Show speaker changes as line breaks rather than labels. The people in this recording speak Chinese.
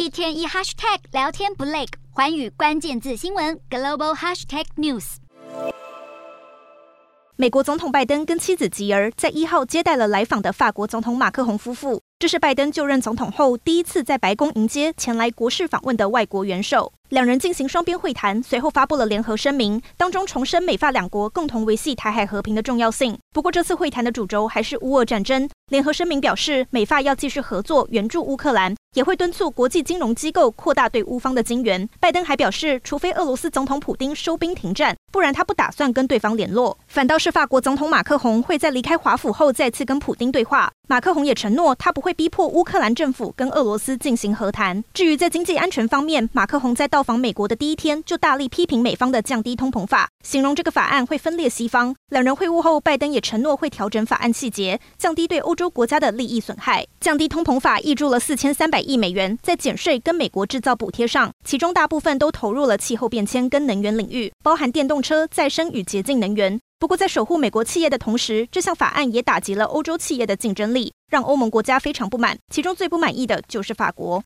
一天一 hashtag 聊天不累，寰宇关键字新闻 global hashtag news。
美国总统拜登跟妻子吉儿在1号接待了来访的法国总统马克宏夫妇，这是拜登就任总统后第一次在白宫迎接前来国事访问的外国元首。两人进行双边会谈，随后发布了联合声明，当中重申美法两国共同维系台海和平的重要性。不过这次会谈的主轴还是乌俄战争。联合声明表示，美法要继续合作援助乌克兰，也会敦促国际金融机构扩大对乌方的金援。拜登还表示，除非俄罗斯总统普丁收兵停战，不然他不打算跟对方联络。反倒是法国总统马克宏会在离开华府后再次跟普丁对话。马克宏也承诺，他不会逼迫乌克兰政府跟俄罗斯进行和谈。至于在经济安全方面，马克宏在到访美国的第一天就大力批评美方的降低通膨法，形容这个法案会分裂西方。两人会晤后，拜登也承诺会调整法案细节，降低对欧洲国家的利益损害。降低通膨法挹注了4300亿美元在减税跟美国制造补贴上，其中大部分都投入了气候变迁跟能源领域，包含电动车、再生与洁净能源。不过在守护美国企业的同时，这项法案也打击了欧洲企业的竞争力，让欧盟国家非常不满，其中最不满意的就是法国。